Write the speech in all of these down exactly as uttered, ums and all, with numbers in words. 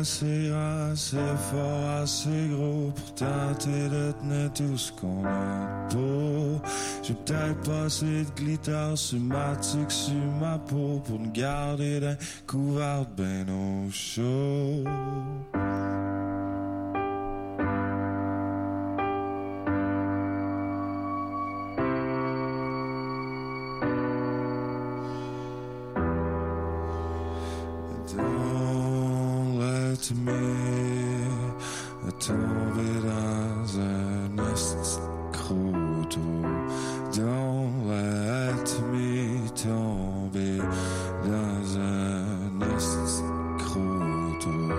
assez grand, assez fort, assez gros pour tenter de tenir tout ce qu'on a pour. J'ai peut-être pas assez de glitter sur ma tique, sur ma peau pour me garder d'un couvert ben au chaud. To me, tomber dans un esti croûteau. Don't let me tomber dans un esti croûteau.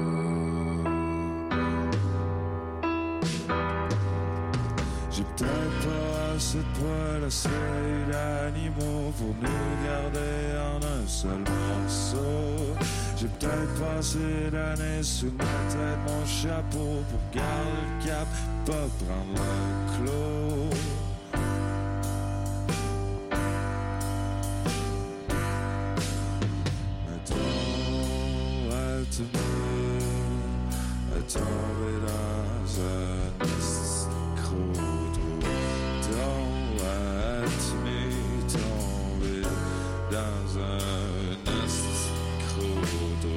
J'ai peut-être pas assez de poils, assez d'animaux pour nous garder en un seul morceau. J'ai peut-être passé d'années sous ma tête, mon chapeau pour garder le cap, pas prendre le clos. Mettons à tomber, à tomber dans un escroto. Don't let me tomber dans un escroto.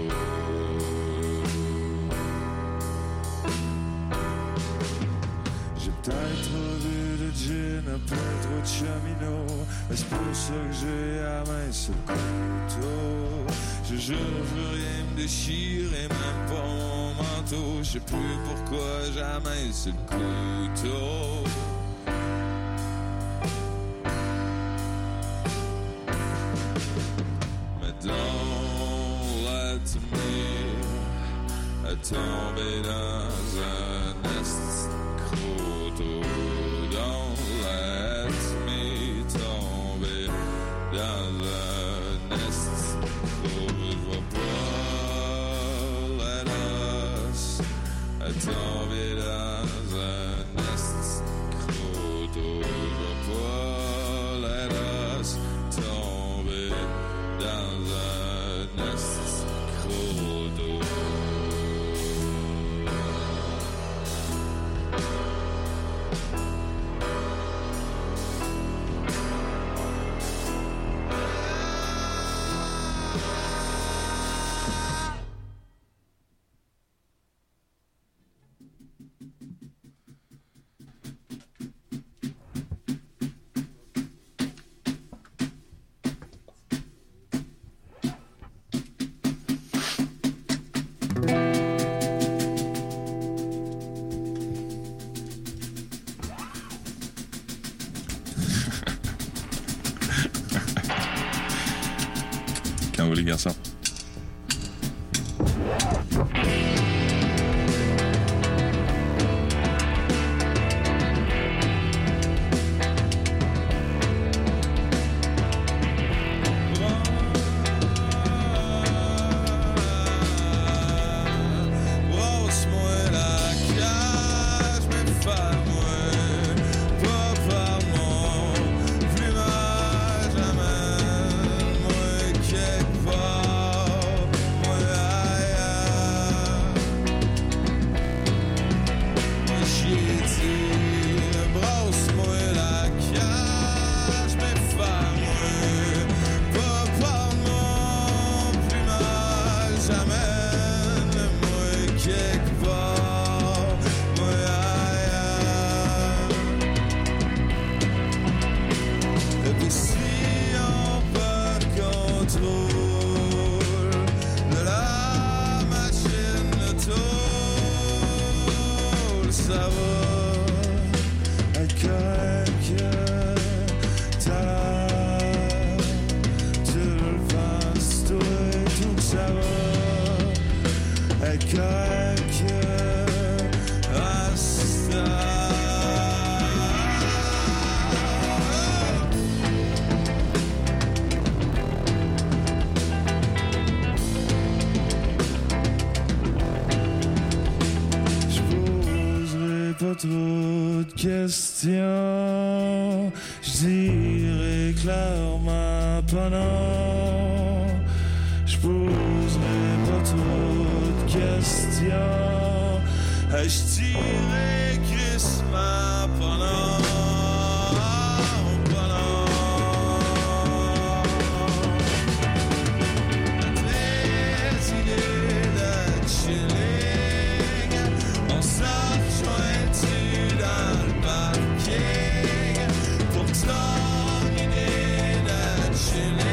J'ai peut-être trop vu de gin, un peu trop de cheminot, mais c'est pour ça que j'ai la main sur le couteau. Je jure, je veux rien me déchirer, même pas mon manteau. Je sais plus pourquoi j'ai la main sur le couteau. Mais don't let me tomber dans un escroto. Don't let me tomber dans un escroto. Je vois pas let us tomber dans un escroto. Je vois pas let us tomber dans un escroto. Quand vous les garçons. Trop de questions, je dirais clairement pas non. Je poserai pas trop de questions. question. Je dirais crissement pendant, pendant des idées de chilling. On s'en rejoint-tu dans le parking pour ton idée de chilling?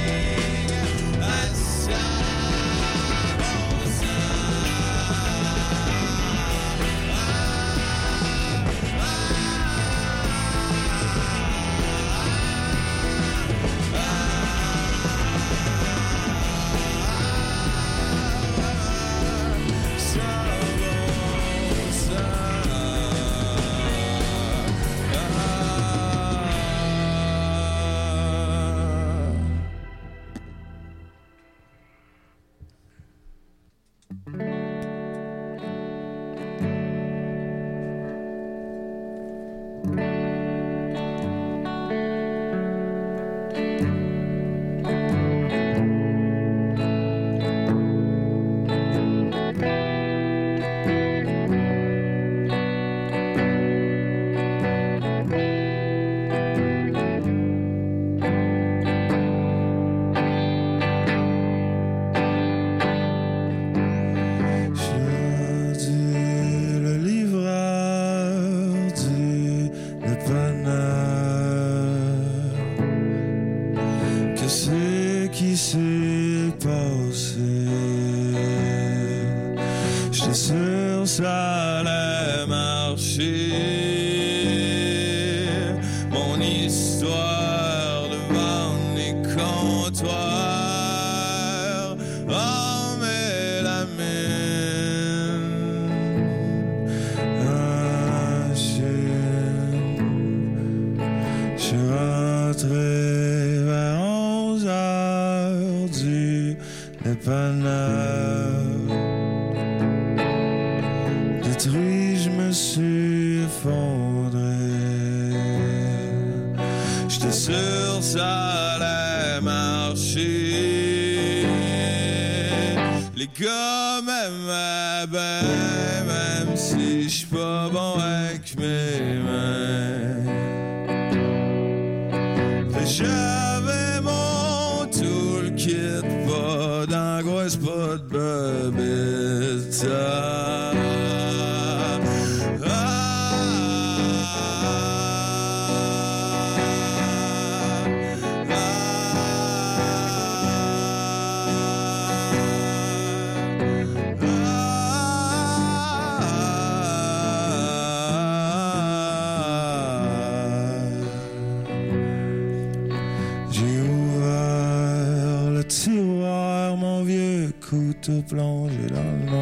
Couteau plongé dans le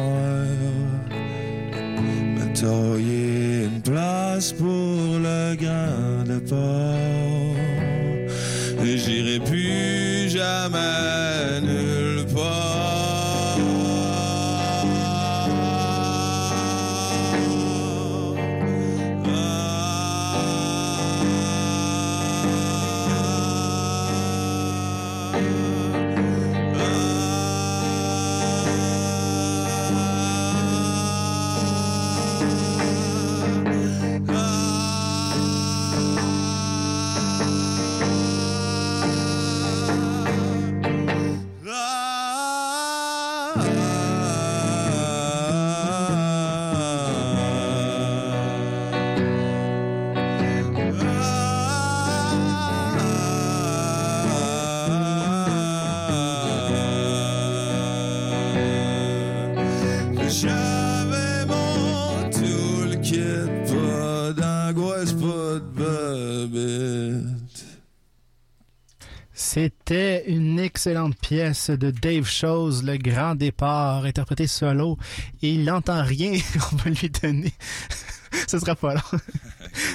noir, me tailler une place pour le grain de porc, et j'irai plus jamais nulle part. C'était une excellente pièce de Dave Chose, Le Grand Départ, interprété solo, et il n'entend rien qu'on va lui donner. Ce sera pas long.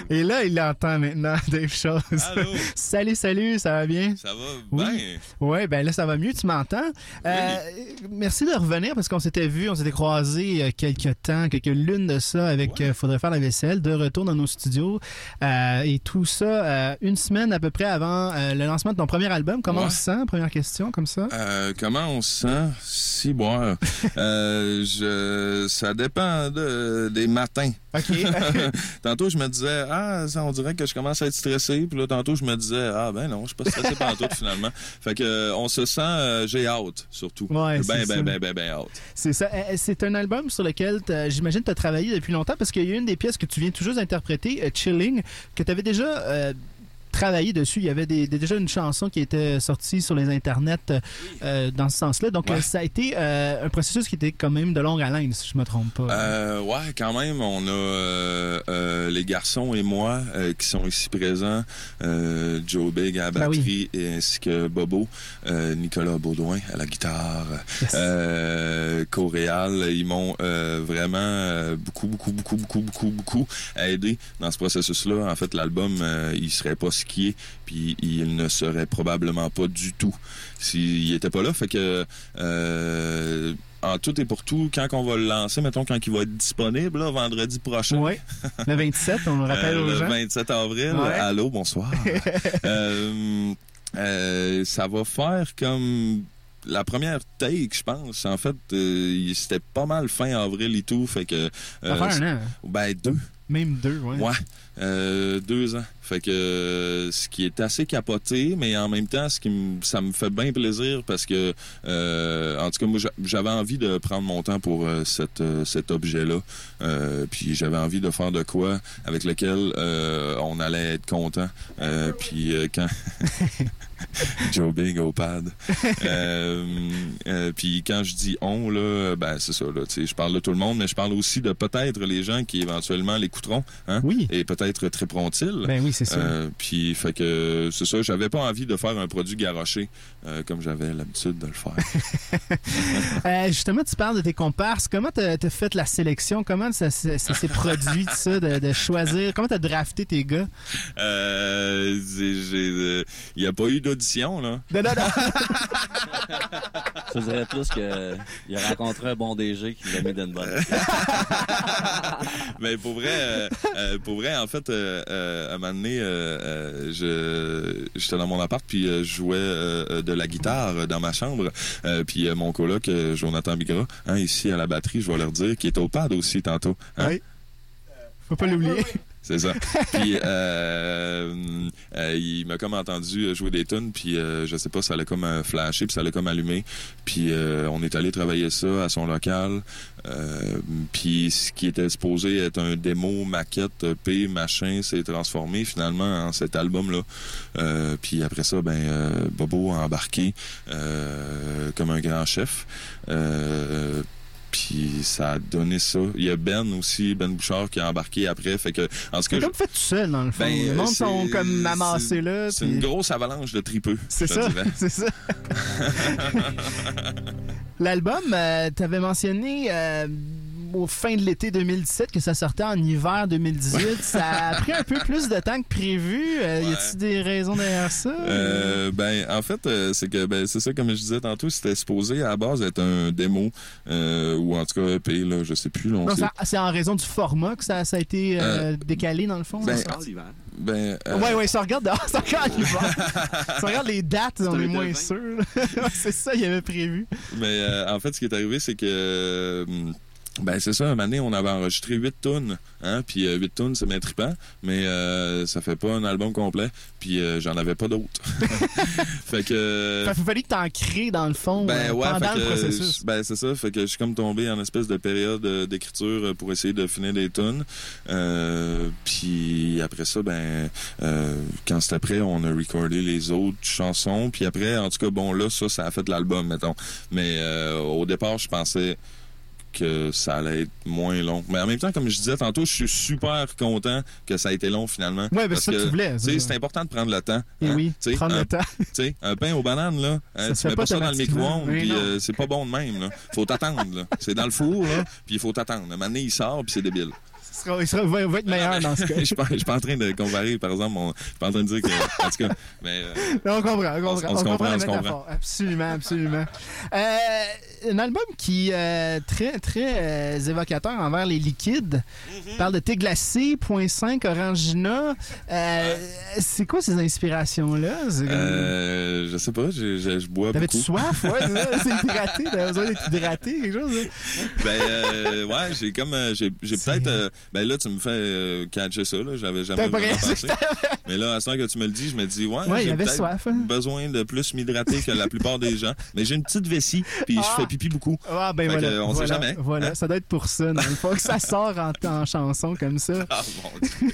Et là, il l'entend maintenant, Dave Chose. Allô? Salut, salut, ça va bien? Ça va Oui. bien? Oui, ben là, ça va mieux, tu m'entends? Euh, merci de revenir parce qu'on s'était vu, on s'était croisés il y a quelques temps, quelques lunes de ça avec Ouais. euh, Faudrait faire la vaisselle, de retour dans nos studios. Euh, et tout ça, euh, une semaine à peu près avant euh, le lancement de ton premier album. Comment Ouais. on se sent? Première question, comme ça? Euh, comment on se sent? Si boire. euh, je, ça dépend de, des matins. OK. Tantôt, je me disais, ah, ça, on dirait que je commence à être stressé. Puis là, tantôt, je me disais, ah, ben non, je suis pas stressé pantoute, finalement. Fait que, euh, on se sent, euh, j'ai hâte, surtout. Ouais, c'est ben, ça. ben, ben, ben, ben, hâte. C'est ça. Euh, C'est un album sur lequel t'as- j'imagine tu as travaillé depuis longtemps parce qu'il y a une des pièces que tu viens tout juste d'interpréter, euh, Chilling, que tu avais déjà euh, travaillé dessus. Il y avait des, des- déjà une chanson qui était sortie sur les internets euh, dans ce sens-là. Donc, Ouais. euh, ça a été euh, un processus qui était quand même de longue haleine, si je me trompe pas. Euh, ouais, quand même, on a euh, euh, les garçons et moi euh, qui sont ici présents, euh, Joe Big à la Ben oui. batterie et ainsi que Bobo, euh, Nicolas Baudouin à la guitare, Yes. euh, Coréal, ils m'ont euh, vraiment euh, beaucoup, beaucoup, beaucoup, beaucoup, beaucoup, beaucoup aidé dans ce processus-là. En fait, l'album, euh, il serait pas ce qui est, puis il ne serait probablement pas du tout s'il était pas là. Fait que euh, en tout et pour tout, quand on va le lancer, mettons quand il va être disponible, là, vendredi prochain, Oui. Le vingt-sept, on le rappelle euh, aux le gens. vingt-sept avril, Ouais. allô, bonsoir. euh, euh, ça va faire comme la première take, je pense. En fait, euh, c'était pas mal fin avril et tout, fait que Ça va faire un an. ben deux. Même deux, ouais. Ouais, euh, deux ans. Fait que euh, ce qui est assez capoté, mais en même temps, ce qui me- ça me fait bien plaisir parce que, euh, en tout cas, moi, j'a- j'avais envie de prendre mon temps pour euh, cette, euh, cet objet-là. Euh, puis j'avais envie de faire de quoi avec lequel euh, on allait être content. Euh, puis euh, quand Joe Big au pad. euh, euh, puis quand je dis on, là, ben c'est ça. Là, tu sais, je parle de tout le monde, mais je parle aussi de peut-être les gens qui éventuellement l'écouteront. Hein? Oui. Et peut-être triperont-ils. Ben oui, c'est ça. Euh, puis fait que c'est ça, j'avais pas envie de faire un produit garoché euh, comme j'avais l'habitude de le faire. Euh, justement, tu parles de tes comparses. Comment t'as as fait la sélection? Comment ça, ça- ça s'est produit, tout ça, de, de choisir? Comment t'as drafté tes gars? Euh, j'ai- j'ai, euh, il y a pas eu d'audition là. Non, non, non. Je dirais plus qu'il a rencontré un bon D G qui l'a mis dans une bonne. Mais pour vrai, euh, euh, pour vrai, en fait, euh, euh, à un moment donné, euh, euh, je, j'étais dans mon appart puis euh, je jouais euh, de la guitare dans ma chambre. Euh, puis euh, mon coloc, euh, Jonathan Bigra, hein, ici à la batterie, je vais leur dire, qui est au pad aussi tantôt. Hein? Oui. Faut pas l'oublier. C'est ça. Puis euh, euh, il m'a comme entendu jouer des tunes, puis euh, je sais pas, ça l'a comme euh, flashé, puis ça l'a comme allumé. Puis euh, on est allé travailler ça à son local. Euh, puis ce qui était supposé être un démo, maquette, E P, machin, s'est transformé finalement en cet album-là. Euh, puis après ça, ben euh, Bobo a embarqué euh, comme un grand chef. Euh, Puis ça a donné ça. Il y a Ben aussi, Ben Bouchard, qui a embarqué après. Fait que, en tout cas, C'est comme fait tout seul, dans le fond. Ben, Les monde c'est- sont comme amassés là. c'est puis- une grosse avalanche de tripeux. C'est je te ça, dirais. c'est ça. L'album, euh, t'avais mentionné euh, au fin de l'été deux mille dix-sept que ça sortait en hiver deux mille dix-huit. Ça a pris un peu plus de temps que prévu. Euh, Y a-t-il des raisons derrière ça? Euh, ben, en fait, euh, c'est que ben, c'est ça, comme je disais tantôt, c'était supposé à la base être un démo, euh, ou en tout cas E P, là, je sais plus. Là, on Non, sait- ça- c'est en raison du format que ça, ça a été euh, Euh, décalé, dans le fond. ben, ça? Parle l'hiver. Ben, euh, Ouais, ouais, ça regarde dehors, ça regarde l'hiver. Ça regarde les dates, on un est moins devin. sûr. Ouais, c'est ça, il avait prévu. Mais euh, en fait, ce qui est arrivé, c'est que euh, ben c'est ça, un moment donné, on avait enregistré huit tunes, hein, puis euh, huit tunes, c'est bien trippant, mais euh, ça fait pas un album complet, puis euh, j'en avais pas d'autres. fait que Fait, il fallait que t'en crées, dans le fond, ben euh, ouais, pendant fait le que, processus. ben c'est ça, fait que je suis comme tombé en espèce de période euh, d'écriture pour essayer de finir des tunes. Euh, puis après ça, ben euh, quand c'était prêt, on a recordé les autres chansons, puis après, en tout cas, bon là, ça, ça a fait l'album, mettons. Mais euh, au départ, je pensais que ça allait être moins long. Mais en même temps, comme je disais tantôt, je suis super content que ça a été long finalement. Ouais, ben, c'est ça que tu voulais, tu ça. sais, c'est important de prendre le temps. Et hein. oui, Tu sais, prendre un, le temps. tu sais, un pain aux bananes, là, hein, Ça se tu fait mets pas pas ça dans le automatiquement. micro-ondes, Oui, puis non. euh, c'est pas bon de même. Là. Faut t'attendre. Là. C'est dans le four, là, puis il faut t'attendre. Un moment donné, il sort, puis c'est débile. sera, il, sera, il, va, il va être meilleur dans ce cas. Je suis pas, je suis pas en train de comparer, par exemple, mon, je suis pas en train de dire que, en tout cas, mais... Euh, on comprend, on comprend, on, on, on se comprend, comprend, la on se métaphore. comprend. Absolument, absolument. Euh, un album qui est euh, très, très euh, évocateur envers les liquides. Mm-hmm. Parle de thé glacé, point cinq, Orangina. Euh, c'est quoi ces inspirations-là? C'est comme... euh, je sais pas, je, je, je bois T'avais-tu beaucoup. soif? Ouais, c'est ça, c'est hydraté. T'avais besoin d'être hydraté, quelque chose? Hein? Ben, euh, ouais, j'ai comme, euh, j'ai, j'ai peut-être, euh, ben là, tu me fais euh, catcher ça, là, j'avais jamais T'as pas vraiment réalisé pensé. Mais là, à ce temps que tu me le dis, je me dis, ouais, Ouais, il j'ai avait peut-être soif, hein? besoin de plus m'hydrater que la plupart des gens. Mais j'ai une petite vessie, puis Ah. je fais pipi beaucoup. Ah, ben Fait voilà. que, on voilà, sait jamais. Voilà, Hein? ça doit être pour ça, dans le fond, que ça sort en, en chanson comme ça. Ah, mon Dieu.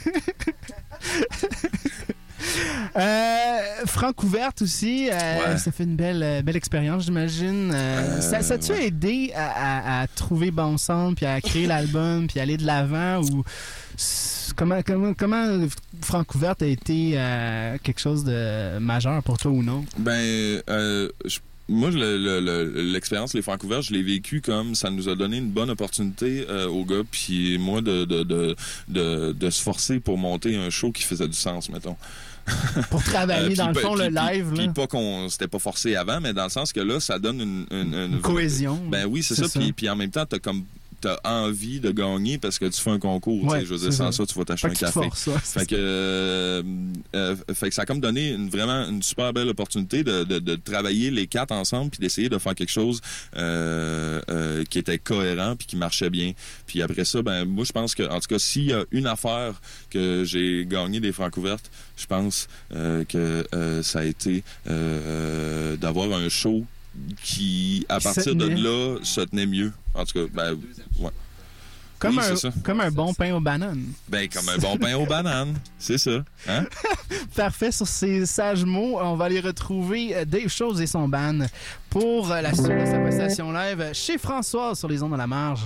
Euh, Franck Ouverte aussi, euh, Ouais. ça fait une belle, euh, belle expérience, j'imagine. Euh, Euh, ça, ça t'a ouais. aidé à, à, à trouver bon son, puis à créer l'album, puis aller de l'avant, ou c'est- comment, comment, comment Franck Ouverte a été euh, quelque chose de majeur pour toi ou non? Ben, euh, je- moi, le- le- le- l'expérience Les Francs ouverts, je l'ai vécu comme ça nous a donné une bonne opportunité euh, aux gars, puis moi, de, de, de, de, de se forcer pour monter un show qui faisait du sens, mettons. Pour travailler, Euh, puis dans le pas- fond, puis- le live, puis, là. puis pas qu'on s'était pas forcé avant, mais dans le sens que là, ça donne une, une, une- Une cohésion. Ben oui, c'est, C'est ça. ça. Puis, puis en même temps, t'as comme t'as envie de gagner parce que tu fais un concours. Ouais, tu sais, je veux dire, c'est sans ça. ça, tu vas t'acheter Fait que un tu te café. forces, ouais, c'est Fait que, euh, euh, fait que ça a comme donné une, vraiment une super belle opportunité de, de, de travailler les quatre ensemble puis d'essayer de faire quelque chose euh, euh, qui était cohérent puis qui marchait bien. Puis après ça, ben moi je pense que en tout cas s'il y a une affaire que j'ai gagné des Francs ouvertes, je pense euh, que euh, ça a été euh, d'avoir un show qui à Qui se partir de tenait. là se tenait mieux. En tout cas, ben ouais. Comme, Oui, un, c'est ça. comme un bon pain aux bananes. Ben comme un bon pain aux bananes, c'est ça. Hein? Parfait, sur ces sages mots, on va aller retrouver euh, Dave Chose et son band pour euh, la suite de sa prestation live chez Françoise sur les ondes de la marge.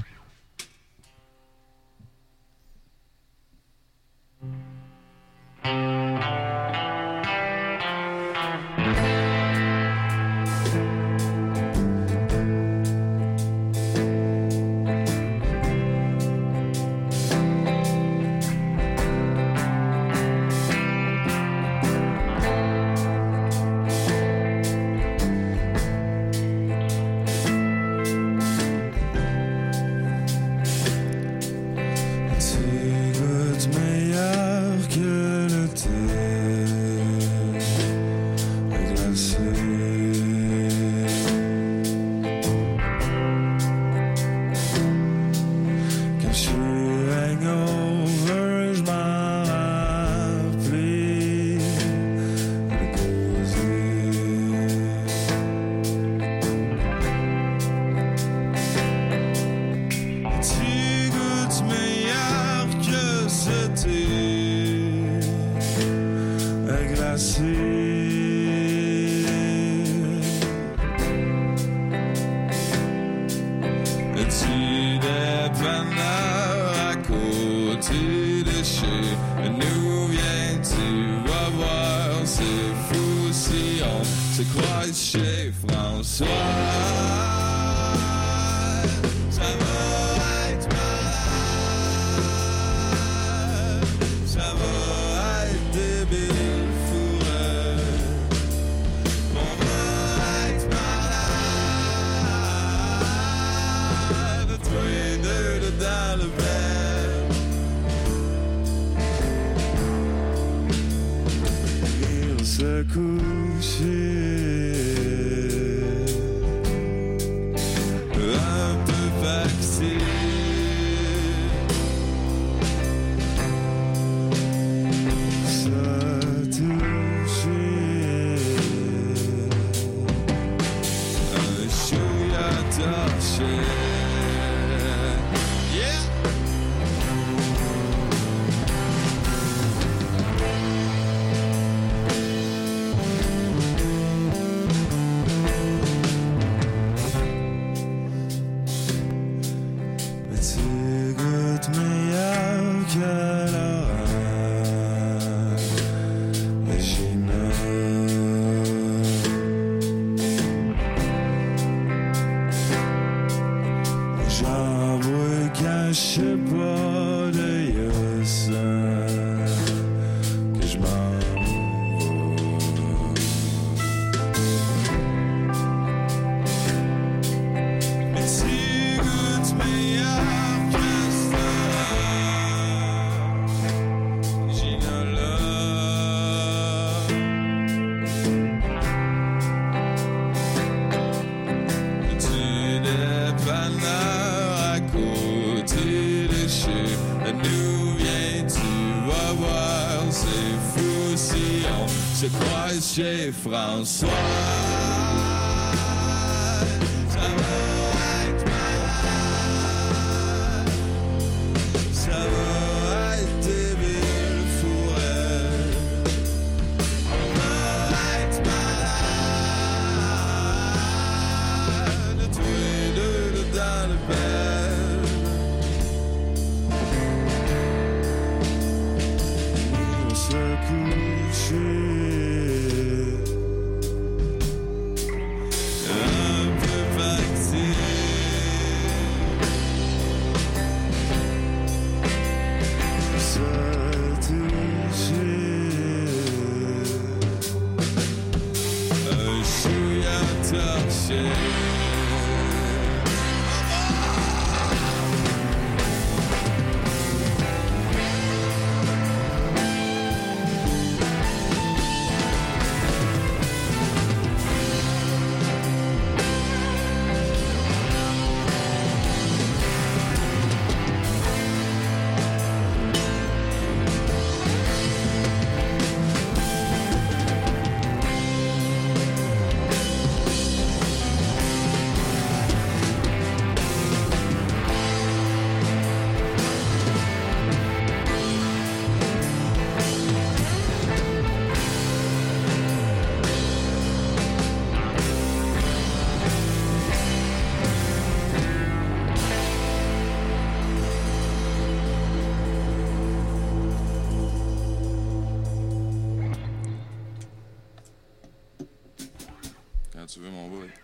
Tu goûtes meilleur que le thé glacé. Quand je suis hangover, je m'en rappelle de causer. Tu goûtes meilleur que ce thé glacé. Tu dépanneur à côté de chez nous, viens, tu vas voir, c'est fou si on se croise chez François. Ça va être malade, ça va être débile, fourreux. On va être malade, tous les deux dans le bed. Il se couchait un peu vexé. Ça touchait un chouïa torché. Yeah! chez François. Ça va être malade, ça va être des belles forêts. On va être malade, tous les deux dans le bed. On se couche. Tu veux mon bout?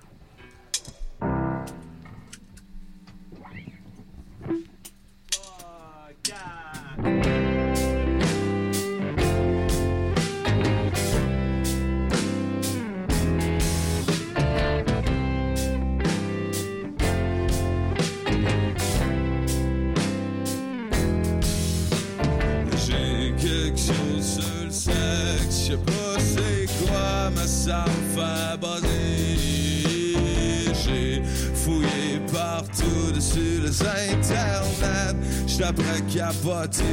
J'ai quelque chose sur le sexe, je sais pas c'est quoi, mais ça me fait buzzer. J'ai fouillé partout dessus les internets, j'suis après capoter.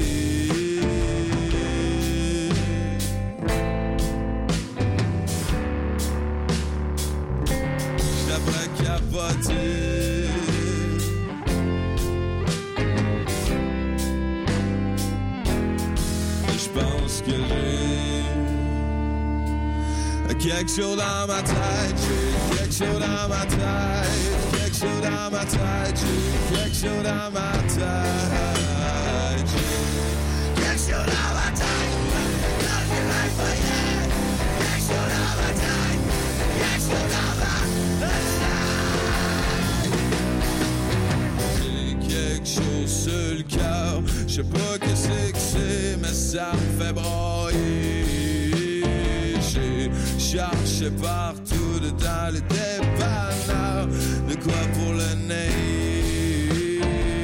J'suis après capoter. J'pense que j'ai quelque chose dans ma tête, j'ai quelque chose dans ma tête, quelque chose dans ma tête, j'ai quelque chose dans ma tête, j'ai quelque chose dans ma tête, quelque chose dans ma tête, quelque chose dans ma tête. J'ai quelque chose sur le cœur, je sais pas que c'est que c'est, mais ça me fait broyer. J'ai cherché partout dedans les dépanneurs, de quoi pour le nez.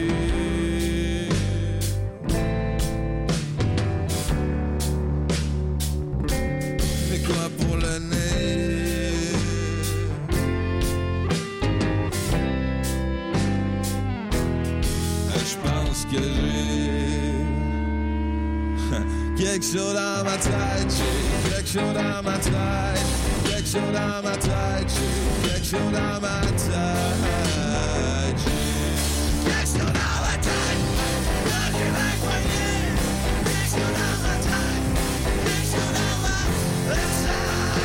De quoi pour le nez. Je pense que j'ai quelque chose dans ma tête, j'ai quelque chose dans ma tête, quelque chose dans ma tête, j'ai quelque chose dans ma tête, j'ai quelque chose dans ma tête, là je vais croyer, quelque chose dans ma tête, quelque chose dans ma tête.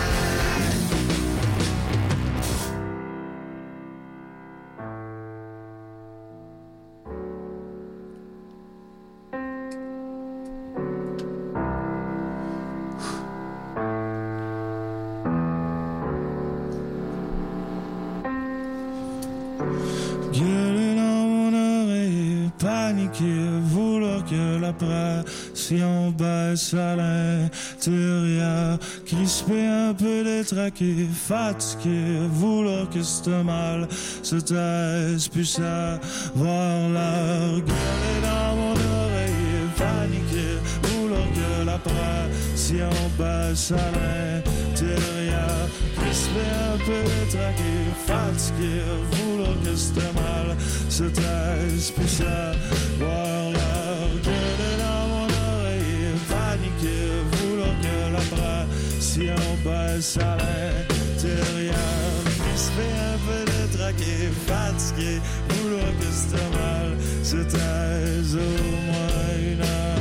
Gueuler dans mon oreille, paniquer, vouloir que la pression baisse à l'intérieur, crisper un peu détraqué, fatigué, vouloir que ce mal se taise, puis savoir l'heure. Gueuler dans mon oreille, paniquer, vouloir que la pression baisse à l'intérieur, crisper un peu détraqué, fatigué, vouloir que ce mal se taise, puis savoir l'heure. Gueuler dans mon oreille, paniquer, vouloir que la pression baisse à l'intérieur. Il se fait un peu de traqué, fatigué, vouloir que c'était mal, c'était au moins une heure.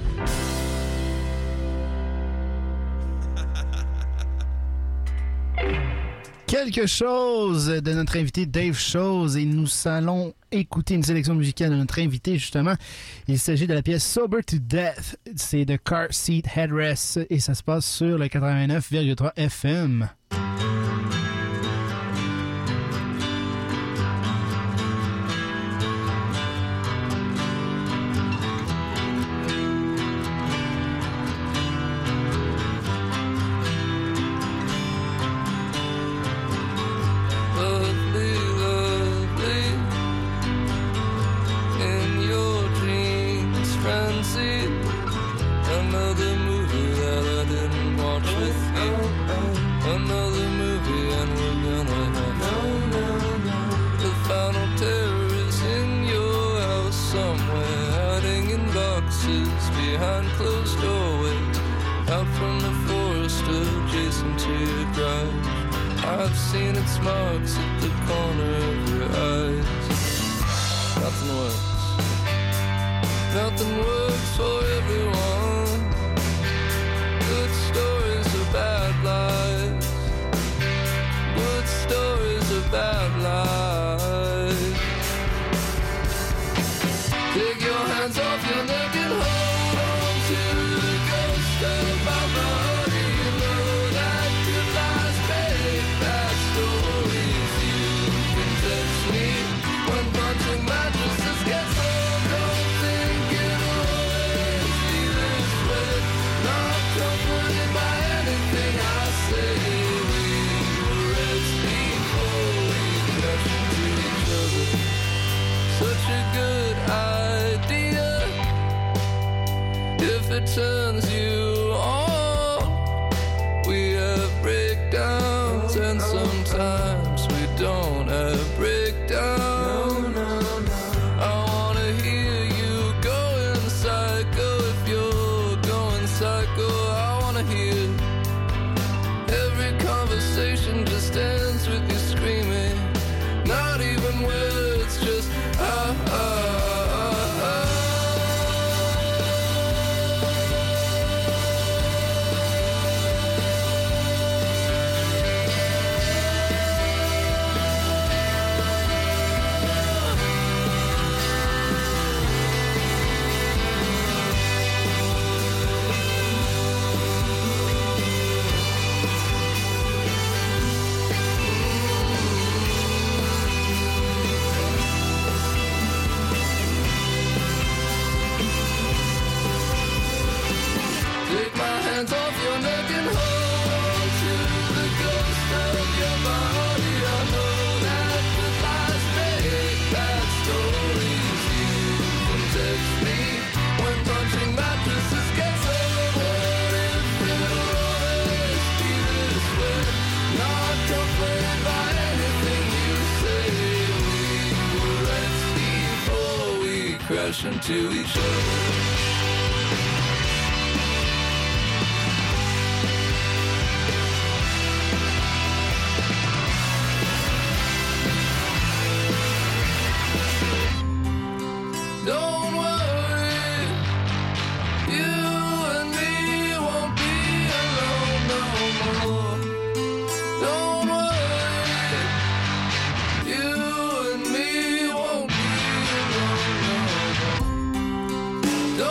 Quelque chose de notre invité Dave Chose et nous allons écouter une sélection musicale de notre invité justement. Il s'agit de la pièce Sober to Death. C'est de Car Seat Headrest et ça se passe sur le quatre-vingt-neuf virgule trois F M. To each other. Don't worry, you and me won't be alone no more. Don't worry, you and me won't be alone no more.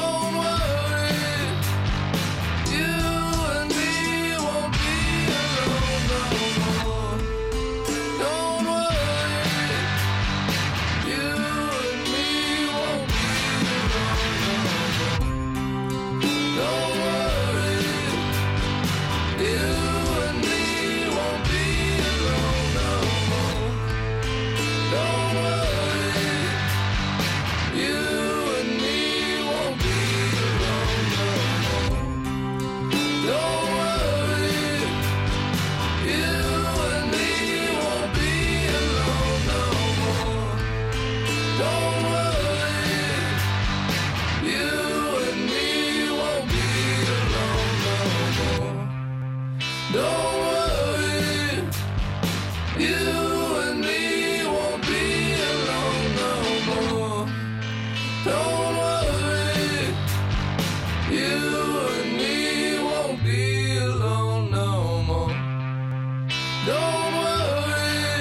Don't worry,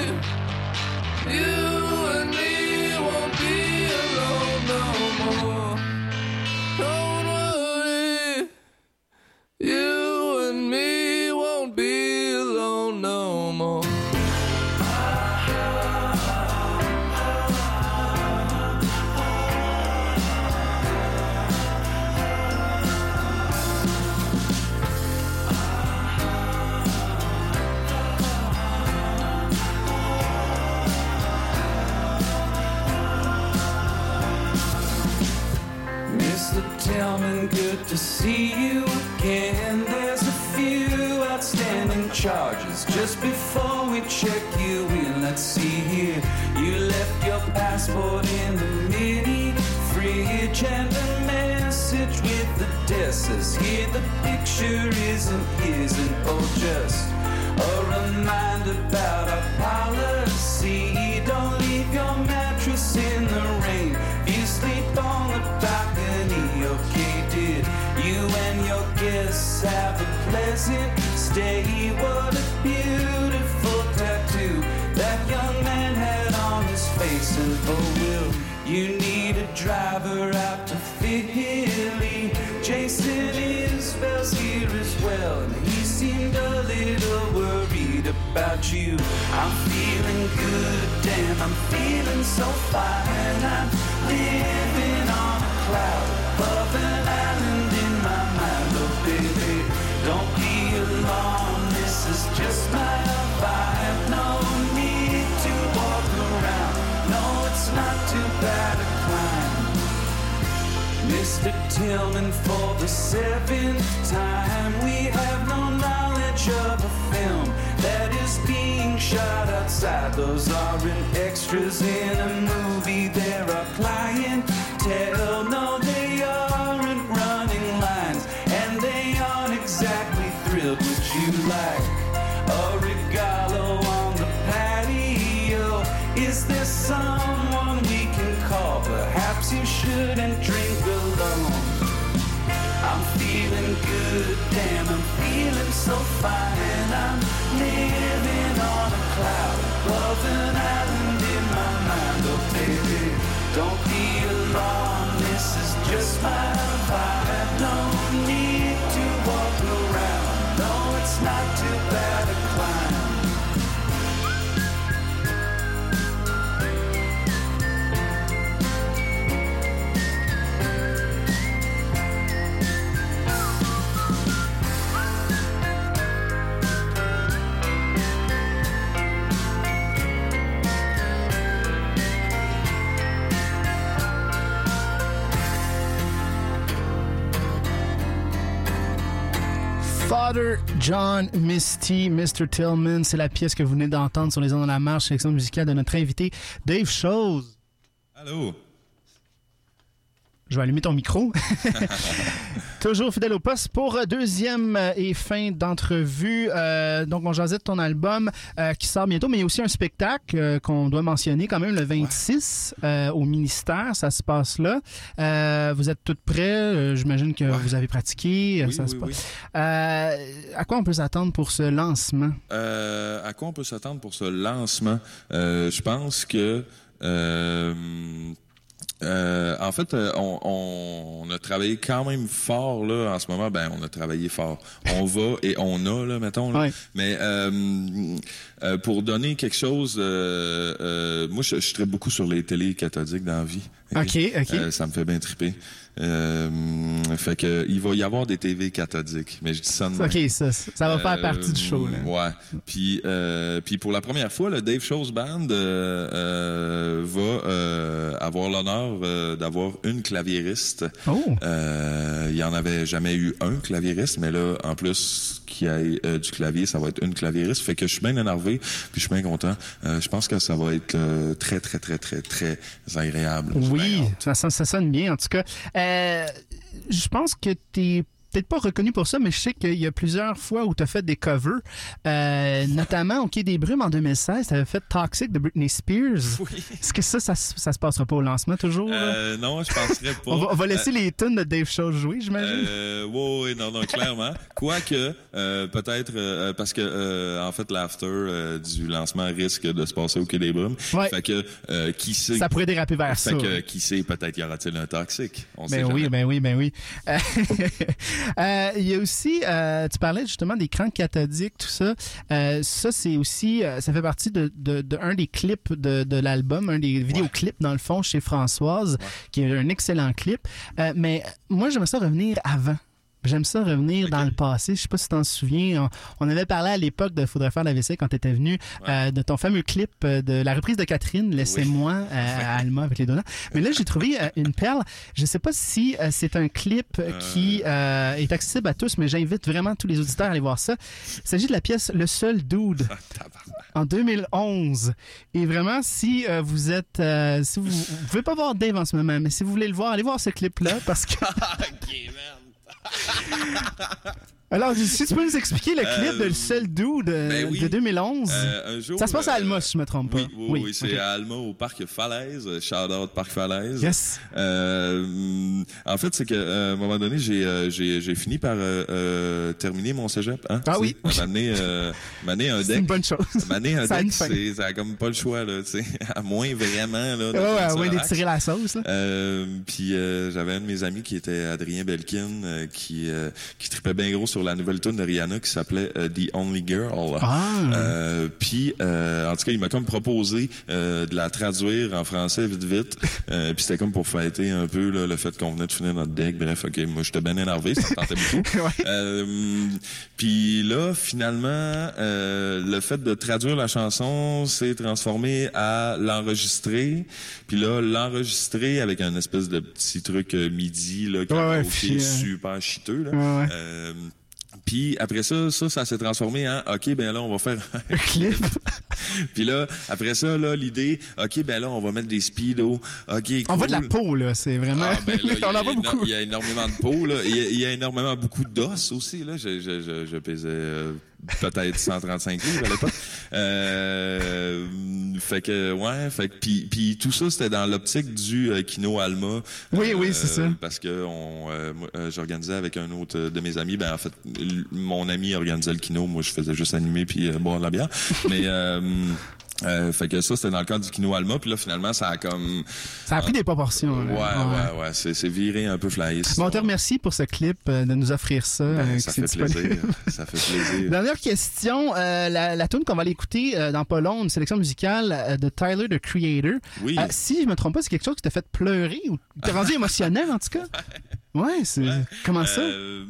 you and me won't be alone no more. Don't worry, you and me won't be alone no more. Mister Tillman, good to see you again. There's a few outstanding charges. Just before we check you in, let's see here. You left your passport in the mini fridge and a message with the desk says here the picture isn't isn't oh just a reminder about our policy. Don't leave your mattress in the rain. You sleep on the balcony, okay, did you and your guests have a pleasant stay? What a beautiful tattoo that young man had on his face. And oh, will you need a driver out to Philly? Jason Isbell's here as well, and he seemed a little worried about you. I'm feeling good, damn, I'm feeling so fine. I'm living on a cloud above an island in my mind. Oh baby, don't be alarmed, this is just my vibe. No need to walk around, no, it's not too bad a climb. Mister Tillman, for the seventh time, we have no knowledge of a film that is being shot outside. Those aren't extras in a movie, they're our clientele. No, they aren't running lines, and they aren't exactly thrilled. Would you like a regalo on the patio? Is there someone we can call? Perhaps you shouldn't drink alone. I'm feeling good, damn, I'm feeling so fine. I'm living on a cloud above an island in my mind. Oh baby, don't be alarmed, this is just my vibe. No need to walk around, no, it's not too bad a climb. Father John Misty, mister Tillman, c'est la pièce que vous venez d'entendre sur les ondes de la marche, sélection musicale de notre invité Dave Chose. Allô? Je vais allumer ton micro. Toujours fidèle au poste pour deuxième et fin d'entrevue. Euh, donc, on jasait de ton album euh, qui sort bientôt, mais il y a aussi un spectacle euh, qu'on doit mentionner quand même le vingt-six ouais. euh, au ministère. Ça se passe là. Euh, vous êtes toutes prêts. Euh, j'imagine que ouais. vous avez pratiqué. Oui, ça oui, se passe. Oui. Euh, à quoi on peut s'attendre pour ce lancement? Euh, à quoi on peut s'attendre pour ce lancement? Euh, je pense que... Euh, Euh, en fait, on, on, on a travaillé quand même fort là en ce moment. Ben, on a travaillé fort. On va et on a là, mettons. Là. Ouais. Mais euh, euh, pour donner quelque chose, euh, euh, moi, je, je traite beaucoup sur les télés cathodiques dans la vie. Ok, ok. Euh, ça me fait bien triper. Euh, fait que il va y avoir des T V cathodiques, mais je dis ça de Ok, ça, ça va euh, faire partie du show. Là. Ouais. Puis, euh, puis pour la première fois, le Dave Chose Band euh, euh, va euh, avoir l'honneur euh, d'avoir une claviériste. Oh. Euh, il y en avait jamais eu un claviériste, mais là, en plus qu'il y ait euh, du clavier, ça va être une claviériste. Fait que je suis bien énervé, puis je suis bien content. Euh, je pense que ça va être euh, très, très, très, très, très agréable. Oui, ça, ça sonne bien en tout cas. Euh, je pense que t'es peut-être pas reconnu pour ça, mais je sais qu'il y a plusieurs fois où tu as fait des covers, euh, notamment au Quai des Brumes en deux mille seize, tu avais fait Toxic de Britney Spears. Oui. Est-ce que ça, ça, ça se passera pas au lancement toujours? Euh, non, je penserais pas. on, va, on va laisser euh, les tunes de Dave Shaw jouer, j'imagine. Euh, oui, oui, non, non, clairement. Quoique, euh, peut-être, euh, parce que, euh, en fait, l'after euh, du lancement risque de se passer au Quai des Brumes. Ouais. Fait que, euh, qui sait... Ça pourrait déraper vers fait ça. que, ouais. qui sait, peut-être y aura-t-il un Toxic. On Ben sait oui, jamais. ben oui, ben oui. Euh, euh, il y a aussi, euh, tu parlais justement des crans cathodiques, tout ça. Euh, ça, c'est aussi, euh, ça fait partie de, de, de un des clips de, de l'album, un des vidéoclips dans le fond chez Françoise, ouais. qui est un excellent clip. Euh, mais moi, j'aimerais ça revenir avant. J'aime ça revenir okay. dans le passé. Je sais pas si tu t'en souviens. On, on avait parlé à l'époque de Faudrait faire la vaisselle quand tu étais venu, ouais. euh, de ton fameux clip euh, de la reprise de Catherine, Laissez-moi, oui. euh, à Alma avec les donuts. Mais là, j'ai trouvé euh, une perle. Je sais pas si euh, c'est un clip euh... qui euh, est accessible à tous, mais j'invite vraiment tous les auditeurs à aller voir ça. Il s'agit de la pièce Le Seul Dude en deux mille onze. Et vraiment, si euh, vous êtes... Euh, si vous, vous pouvez pas voir Dave en ce moment, mais si vous voulez le voir, allez voir ce clip-là parce que... OK, man. Alors, si tu peux nous expliquer le clip euh, de Le Seul Dude de, ben oui. de deux mille onze. Euh, un jour, ça se passe à Alma, euh, si je me trompe oui, pas. Oui, oui, oui c'est okay. à Alma, au Parc Falaise. Shout-out Parc Falaise. Yes. Euh, en fait, c'est qu'à un moment donné, j'ai, euh, j'ai, j'ai fini par euh, euh, terminer mon cégep. Hein, ah oui. M'amener euh, un deck. C'est une bonne chose. M'amener un deck, c'est, ça a comme pas le choix, là, tu sais. À moins vraiment, là. Ouais, ouais, à moins d'étirer la sauce, là. Euh, puis euh, j'avais un de mes amis qui était Adrien Belkin, euh, qui, euh, qui tripait bien gros sur la nouvelle tune de Rihanna qui s'appelait uh, The Only Girl. Ah. Euh, puis, euh, en tout cas, il m'a comme proposé euh, de la traduire en français vite vite. Euh, puis c'était comme pour fêter un peu là, le fait qu'on venait de finir notre deck. Bref, ok, moi j'étais bien énervé, ça me tentait beaucoup. ouais. euh, puis là, finalement, euh, le fait de traduire la chanson s'est transformé à l'enregistrer. Puis là, l'enregistrer avec un espèce de petit truc euh, midi là, qui ouais, ouais, est euh... super chiteux. Là. Ouais, ouais. Euh, Puis après ça, ça, ça s'est transformé en OK, ben là, on va faire un clip. Puis là, après ça, là, l'idée, OK, ben là, on va mettre des speedos. OK, cool. On voit de la peau, là, c'est vraiment. Ah, ben là, on en voit beaucoup. Il y a énormément de peau, là. Il y a, il y a énormément beaucoup d'os aussi, là. Je, je, je, je pesais euh, peut-être cent trente-cinq livres à l'époque. Euh, fait que, ouais, fait que, puis, puis tout ça, c'était dans l'optique du euh, Kino Alma. Oui, euh, oui, c'est ça. Parce que on, euh, euh, j'organisais avec un autre de mes amis. Ben, en fait, mon ami organisait le Kino. Moi, je faisais juste animer puis euh, boire de la bière. Mais, euh, Euh, fait que ça, c'était dans le cadre du Kino Alma. Puis là, finalement, ça a comme... Ça a pris euh, des proportions. Ouais, là. ouais, ouais. ouais. C'est, c'est viré un peu flyé. Bon, on te remercie pour ce clip, euh, de nous offrir ça. Ben, euh, ça fait plaisir. Ça fait plaisir. Dernière question. Euh, la, la tune qu'on va aller écouter euh, dans pas long, une sélection musicale euh, de Tyler, the Creator. Oui. Euh, si je me trompe pas, c'est quelque chose qui t'a fait pleurer ou t'as rendu émotionnel, en tout cas? Ouais, c'est... Ouais. Comment ça? Euh...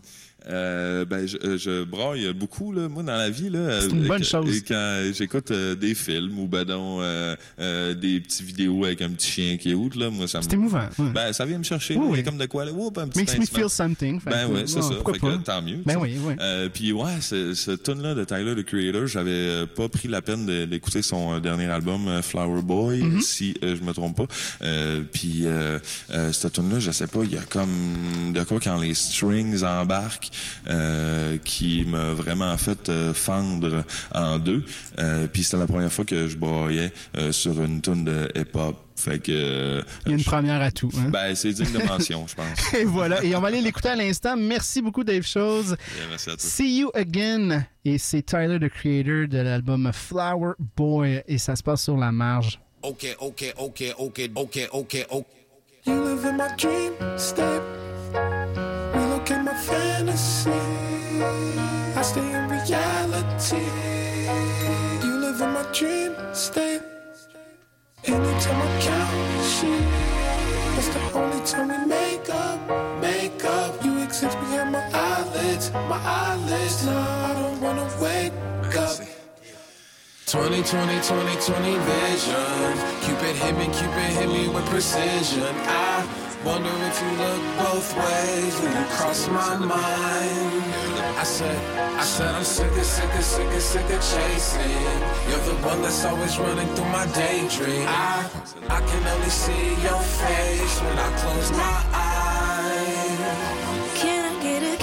Euh, ben je, je braille beaucoup là, moi dans la vie là. C'est une bonne euh, chose. Quand j'écoute euh, des films ou ben donc euh, euh, des petites vidéos avec un petit chien qui est out là, moi ça me. C'est émouvant. Ouais. Ben ça vient me chercher. Oui, là, oui. Il y a comme de quoi là, oup, un petit Makes me instant. feel something. Ben oui, c'est oh, ça. Pourquoi Fait pas? que tant mieux. Ben oui, oui. Euh, puis ouais, ce, ce tune là de Tyler, the Creator, j'avais euh, pas pris la peine de, d'écouter son euh, dernier album euh, Flower Boy, mm-hmm. si euh, je me trompe pas. Euh, puis euh, euh, cette tune là, je sais pas, il y a comme de quoi quand les strings embarquent. Euh, qui m'a vraiment fait euh, fendre en deux. Euh, puis c'était la première fois que je broyais euh, sur une tune de hip-hop. Fait que... Euh, il y a une première à tout. Hein? Ben, c'est digne de mention, je pense. Et voilà. Et on va aller l'écouter à l'instant. Merci beaucoup, Dave Chose. Yeah, merci à toi. See You Again. Et c'est Tyler, the Creator, de l'album Flower Boy. Et ça se passe sur la marge. OK, OK, OK, OK, OK, OK, OK. You live in my dream state. You look in my fantasy. I stay in reality. You live in my dream state. Anytime I count sheep, that's the only time we make up, make up. You exist behind my eyelids, my eyelids. No, I don't wanna wake up. twenty twenty, twenty twenty vision. Cupid hit me, Cupid hit me with precision. I wonder if you look both ways when you cross my mind. I said, I said I'm sick of, sick of, sick of, sick of chasing. You're the one that's always running through my daydream. I, I can only see your face when I close my eyes. Can I get it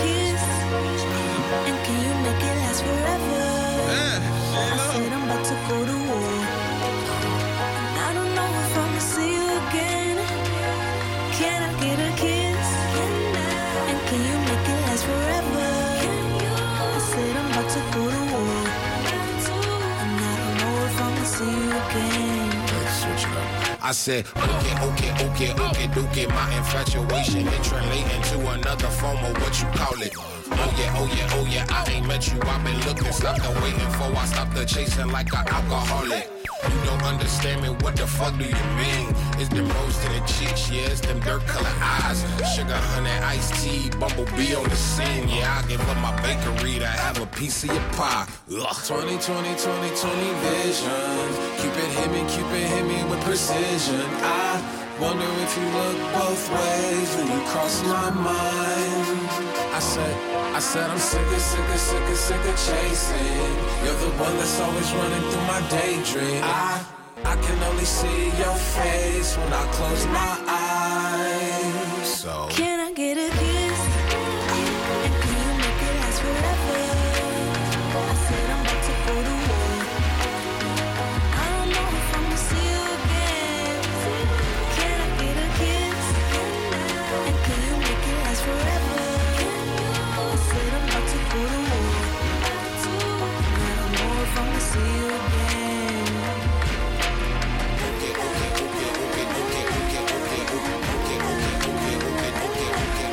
I said, okay, okay, okay, okay, dookie. My infatuation, it translating to another form of what you call it. Oh yeah, oh yeah, oh yeah, I ain't met you, I've been looking, stopped the waiting for, I stopped the chasing like an alcoholic. You don't understand me, what the fuck do you mean? It's them rose to the cheeks, yeah, it's them dirt color eyes. Sugar, honey, iced tea, bumblebee on the scene. Yeah, I give up my bakery to have a piece of your pie. Ugh. twenty, twenty, twenty, twenty vision. Cupid hit me, Cupid hit me with precision. I wonder if you look both ways when you cross my mind. I said, I said I'm sick of, sick of, sick of, sick of chasing. You're the one that's always running through my daydream. I, I can only see your face when I close my eyes. So can I get a kiss? And can you make it last forever? I said I'm about to go to war. I don't know if I'm gonna see you again. Can I get a kiss? And can you make it last forever? I said I'm about to go to war. I don't know if I'm gonna see you again. okay, okay, okay, okay, okay, okay, okay, okay, okay, okay, okay, okay,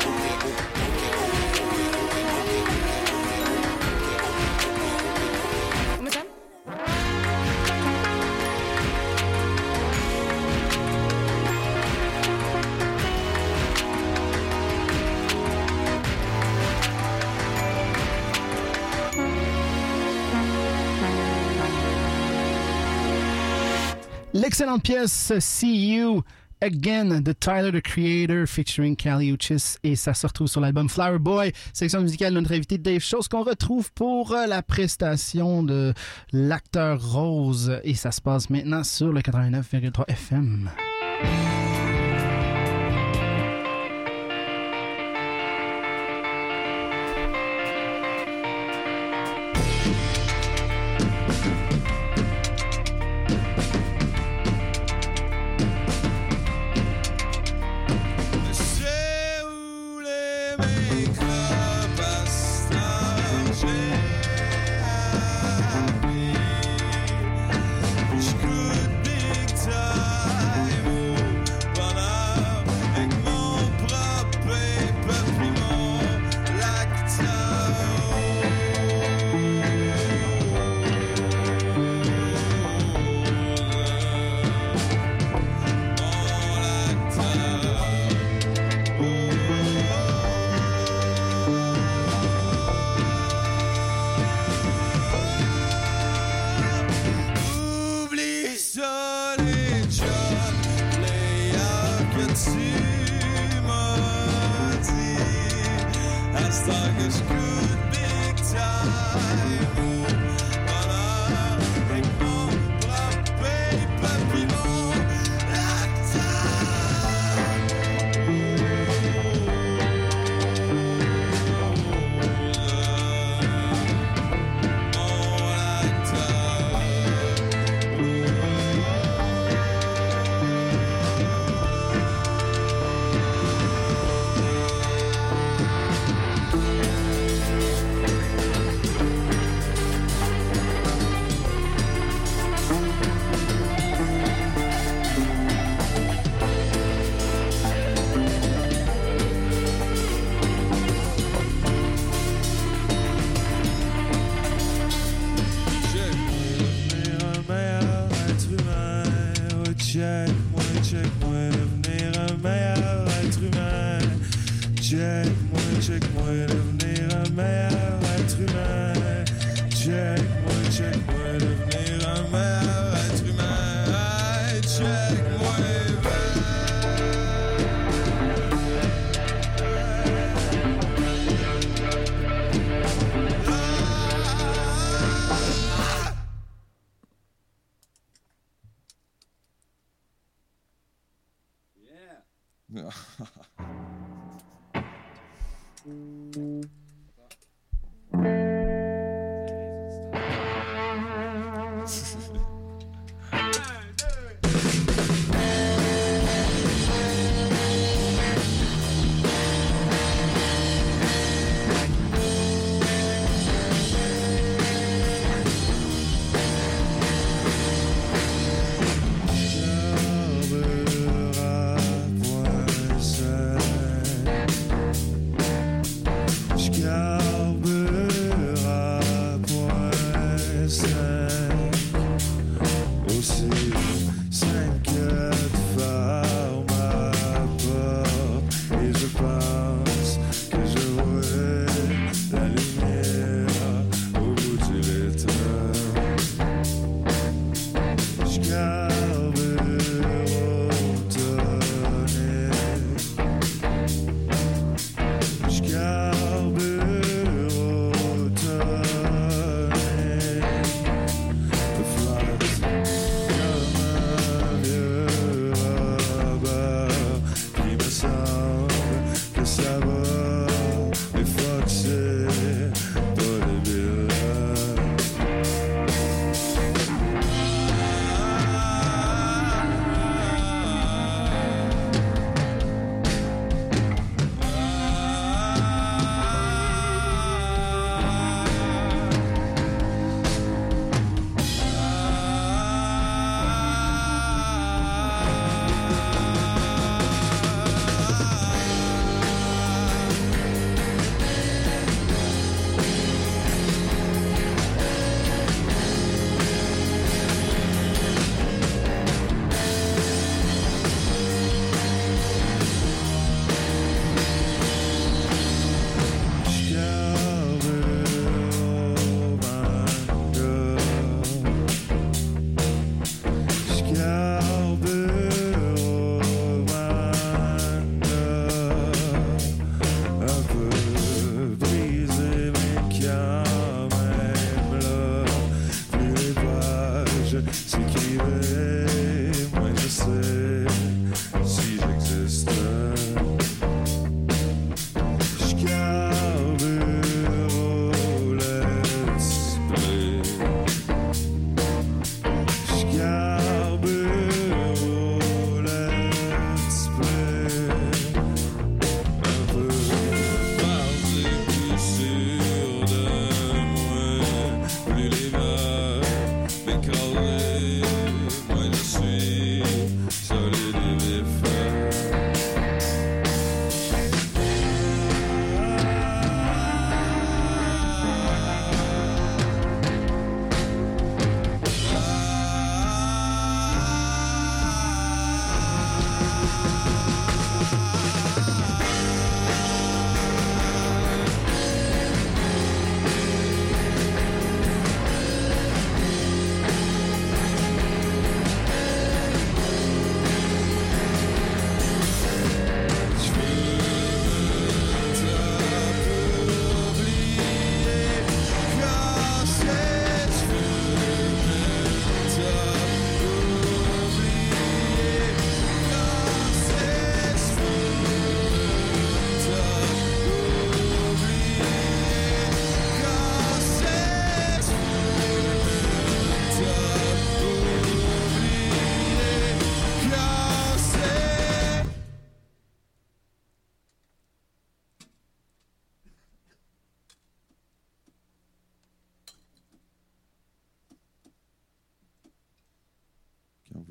One more time. L'excellente pièce See You Again de Tyler, the Creator, featuring Kali Uchis, et ça se retrouve sur l'album Flower Boy, section musicale de notre invité Dave Chose, qu'on retrouve pour euh, la prestation de l'acteur Rose, et ça se passe maintenant sur le quatre-vingt-neuf virgule trois F M.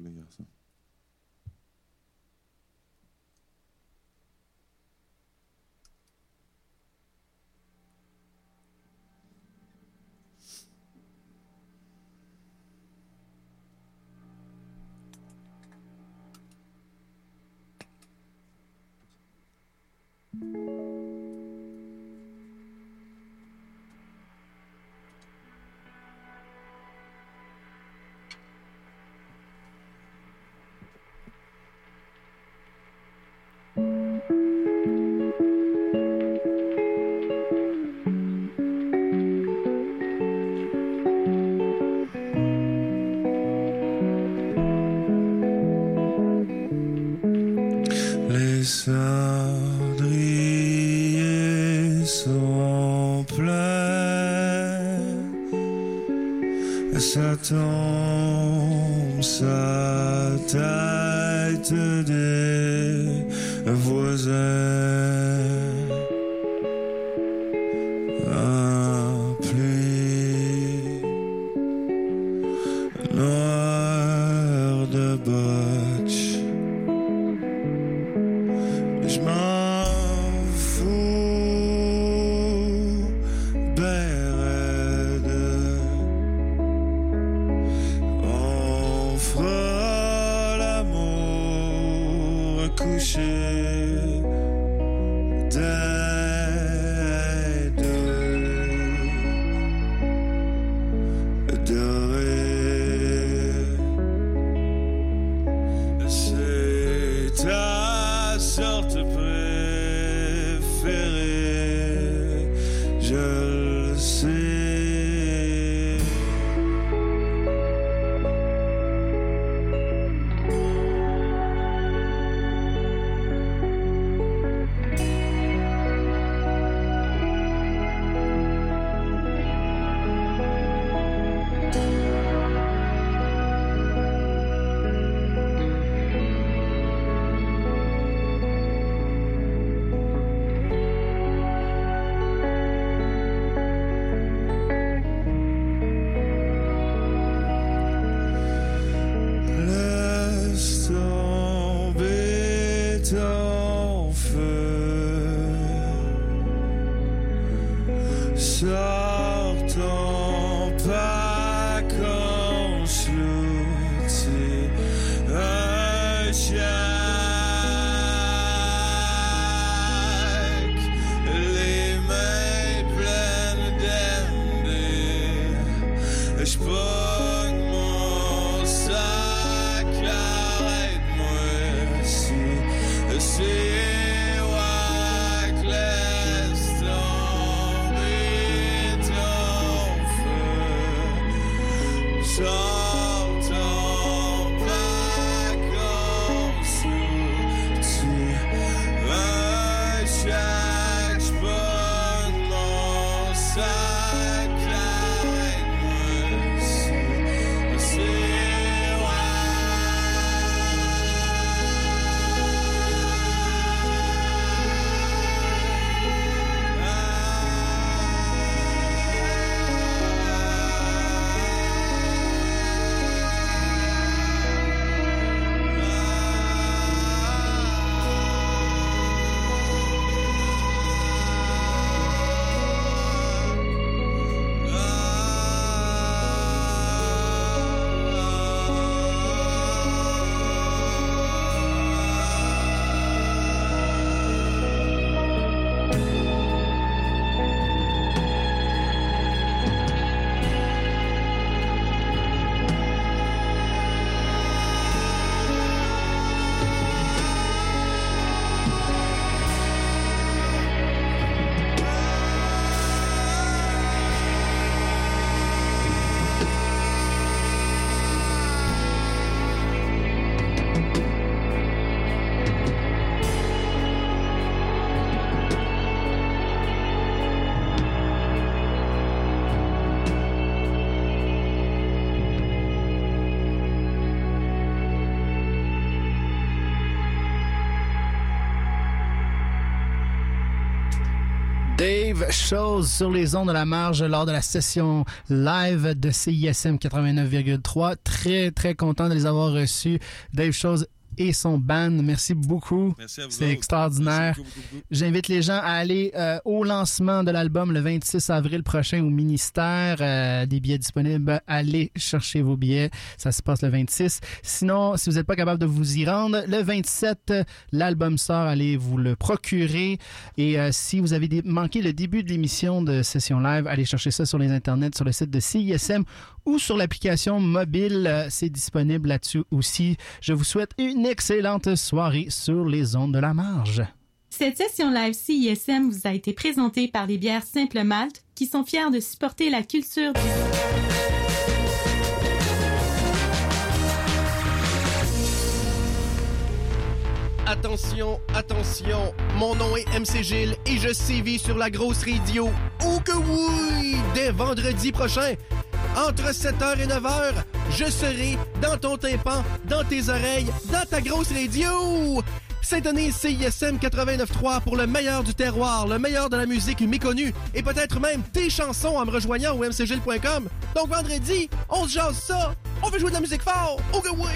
les garçons. Les cendriers sont pleins, ça tombe sa tête des voisins. En pluie noire de botch. Je m'en fous, ben raide. On fera l'amour couché d'un deux doré. C'est ta sorte préférée, je le sais. Laisse tomber ton feu, sors ton pack, on s'loutit un chaque, les mains pleines d'M D. J'pogne mon sac, arrête-moi si c'est wack, laisse tomber ton feu. Sors ton pack, on s'outit un chaque, j'pogne mon sac, arrête-moi si c'est wack. Dave Chose sur les ondes de la marge lors de la session live de C I S M quatre-vingt-neuf virgule trois. Très, très content de les avoir reçus. Dave Chose et son band. Merci beaucoup. Merci à vous. C'est autres. extraordinaire. Merci beaucoup, beaucoup, beaucoup. J'invite les gens à aller euh, au lancement de l'album le vingt-six avril prochain au ministère. Euh, des billets disponibles. Allez chercher vos billets. Ça se passe le vingt-six. Sinon, si vous n'êtes pas capable de vous y rendre, le vingt-sept, l'album sort. Allez vous le procurer. Et euh, si vous avez dé- manqué le début de l'émission de Session Live, allez chercher ça sur les internets, sur le site de C I S M ou sur l'application mobile. Euh, c'est disponible là-dessus aussi. Je vous souhaite une excellente soirée sur les ondes de la marge. Cette session live C I S M vous a été présentée par les bières Simple Malte, qui sont fiers de supporter la culture du... Attention, attention, mon nom est M C Gilles et je sévis sur la grosse radio. Oh que oui! Dès vendredi prochain, entre sept heures et neuf heures, je serai dans ton tympan, dans tes oreilles, dans ta grosse radio! Syntonise C I S M quatre-vingt-neuf trois pour le meilleur du terroir, le meilleur de la musique méconnue et peut-être même tes chansons en me rejoignant au m c gilles point com. Donc vendredi, on se jase ça! On veut jouer de la musique fort! Oh que oui!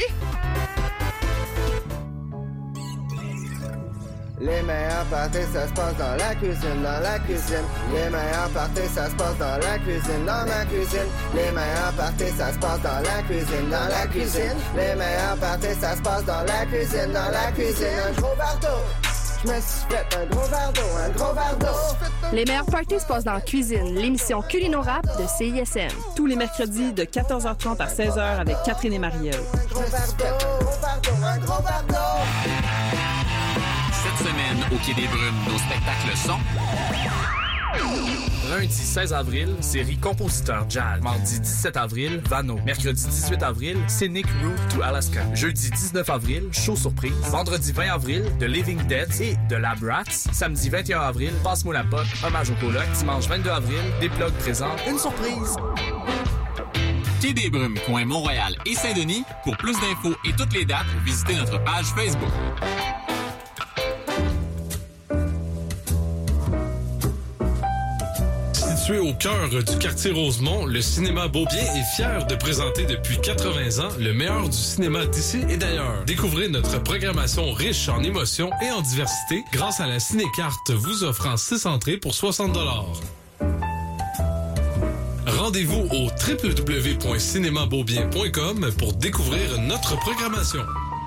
Les meilleurs parties, ça se passe dans la cuisine, dans la cuisine. Les meilleurs parties, ça se passe dans la cuisine, dans ma cuisine. Les meilleurs parties, ça se passe dans la cuisine, dans la cuisine. Les meilleurs parties, ça se passe dans la cuisine, dans la cuisine. Un gros verre d'eau. Je me suis fait un gros verre d'eau, un gros verre d'eau. Les meilleurs parties se passent dans la cuisine, l'émission Culino-Rap de C I S M. Tous les mercredis de quatorze heures trente à seize heures avec Catherine et Marielle. Un gros verre d'eau, un gros verre d'eau, un gros verre d'eau. Cette semaine, au Quai des Brumes, nos spectacles sont... Lundi seize avril, série Compositeur Jazz. Mardi dix-sept avril, Vano. Mercredi dix-huit avril, Scenic Route to Alaska. Jeudi dix-neuf avril, Show Surprise. Vendredi vingt avril, The Living Dead et The Lab Rats. Samedi vingt et un avril, Passe-moi la pote, hommage au coloc. Dimanche vingt-deux avril, Des Plugs présente une surprise. Quai des Brumes, coin Mont-Royal et Saint-Denis. Pour plus d'infos et toutes les dates, visitez notre page Facebook. Situé au cœur du quartier Rosemont, le cinéma Beaubien est fier de présenter depuis quatre-vingts ans le meilleur du cinéma d'ici et d'ailleurs. Découvrez notre programmation riche en émotions et en diversité grâce à la Cinécarte vous offrant six entrées pour soixante dollars. Rendez-vous au w w w point cinéma beaubien point com pour découvrir notre programmation.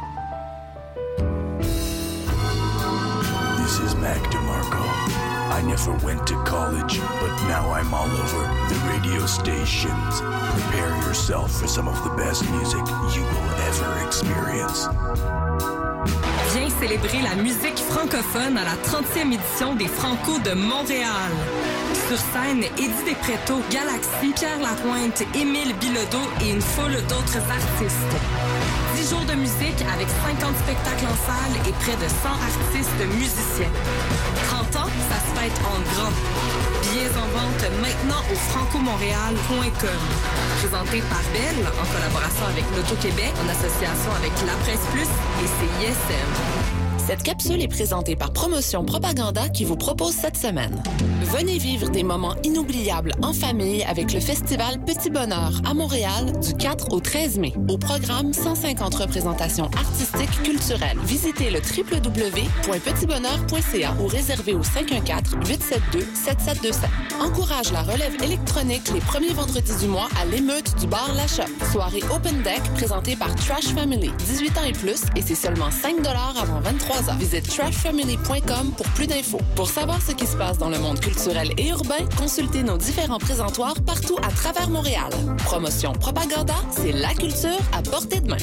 This is Mac DeMarco. I never went to college, but now I'm all over the radio stations. Prepare yourself for some of the best music you will ever experience. Viens célébrer la musique francophone à la trentième édition des Franco de Montréal. Sur scène, Eddie Despretto, Galaxy, Pierre Lapointe, Émile Bilodeau et une foule d'autres artistes. dix jours de musique avec cinquante spectacles en salle et près de cent artistes musiciens. trente ans, ça se fête en grand. Billets en vente maintenant au franco montréal point com. Présenté par Belle, en collaboration avec l'Auto-Québec, en association avec La Presse Plus et C I S M. Cette capsule est présentée par Promotion Propaganda qui vous propose cette semaine. Venez vivre des moments inoubliables en famille avec le festival Petit Bonheur à Montréal du quatre au treize mai. Au programme, cent cinquante représentations artistiques culturelles. Visitez le w w w point petit bonheur point c a ou réservez au cinq un quatre, huit sept deux, sept sept deux sept. Encourage la relève électronique les premiers vendredis du mois à l'émeute du bar La Shop. Soirée Open Deck présentée par Trash Family. dix-huit ans et plus et c'est seulement cinq dollars avant vingt-trois heures. Visite trash family point com pour plus d'infos. Pour savoir ce qui se passe dans le monde culturel et urbain, consultez nos différents présentoirs partout à travers Montréal. Promotion Propaganda, c'est la culture à portée de main.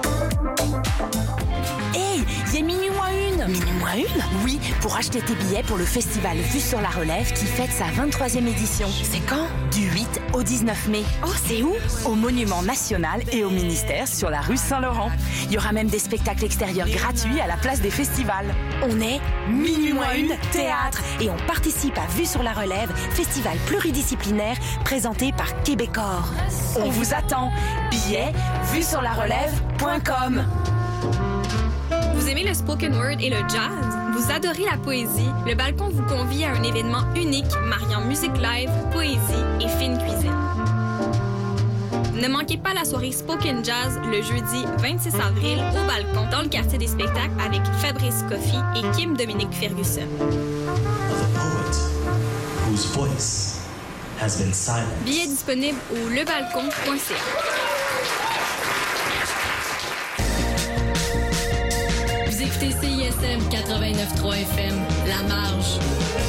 Hey, il y a minuit moins une. Minuit moins une? Oui, pour acheter tes billets pour le festival Vue sur la Relève qui fête sa vingt-troisième édition. C'est quand? Du huit au dix-neuf mai. Oh, c'est où? Au Monument National et au ministère sur la rue Saint-Laurent. Il y aura même des spectacles extérieurs gratuits à la place des festivals. On est Minuit moins une théâtre et on participe à Vue sur la Relève, festival pluridisciplinaire présenté par Québecor. On vous attend. Billets vue sur la relève point com. Vous aimez le spoken word et le jazz? Vous adorez la poésie? Le Balcon vous convie à un événement unique mariant musique live, poésie et fine cuisine. Ne manquez pas la soirée Spoken Jazz le jeudi vingt-six avril au Balcon dans le quartier des spectacles avec Fabrice Coffey et Kim Dominique Ferguson. Whose voice has been silent. Billets disponibles au lebalcon point c a. Vous écoutez C I S M quatre-vingt-neuf point trois F M, La Marge.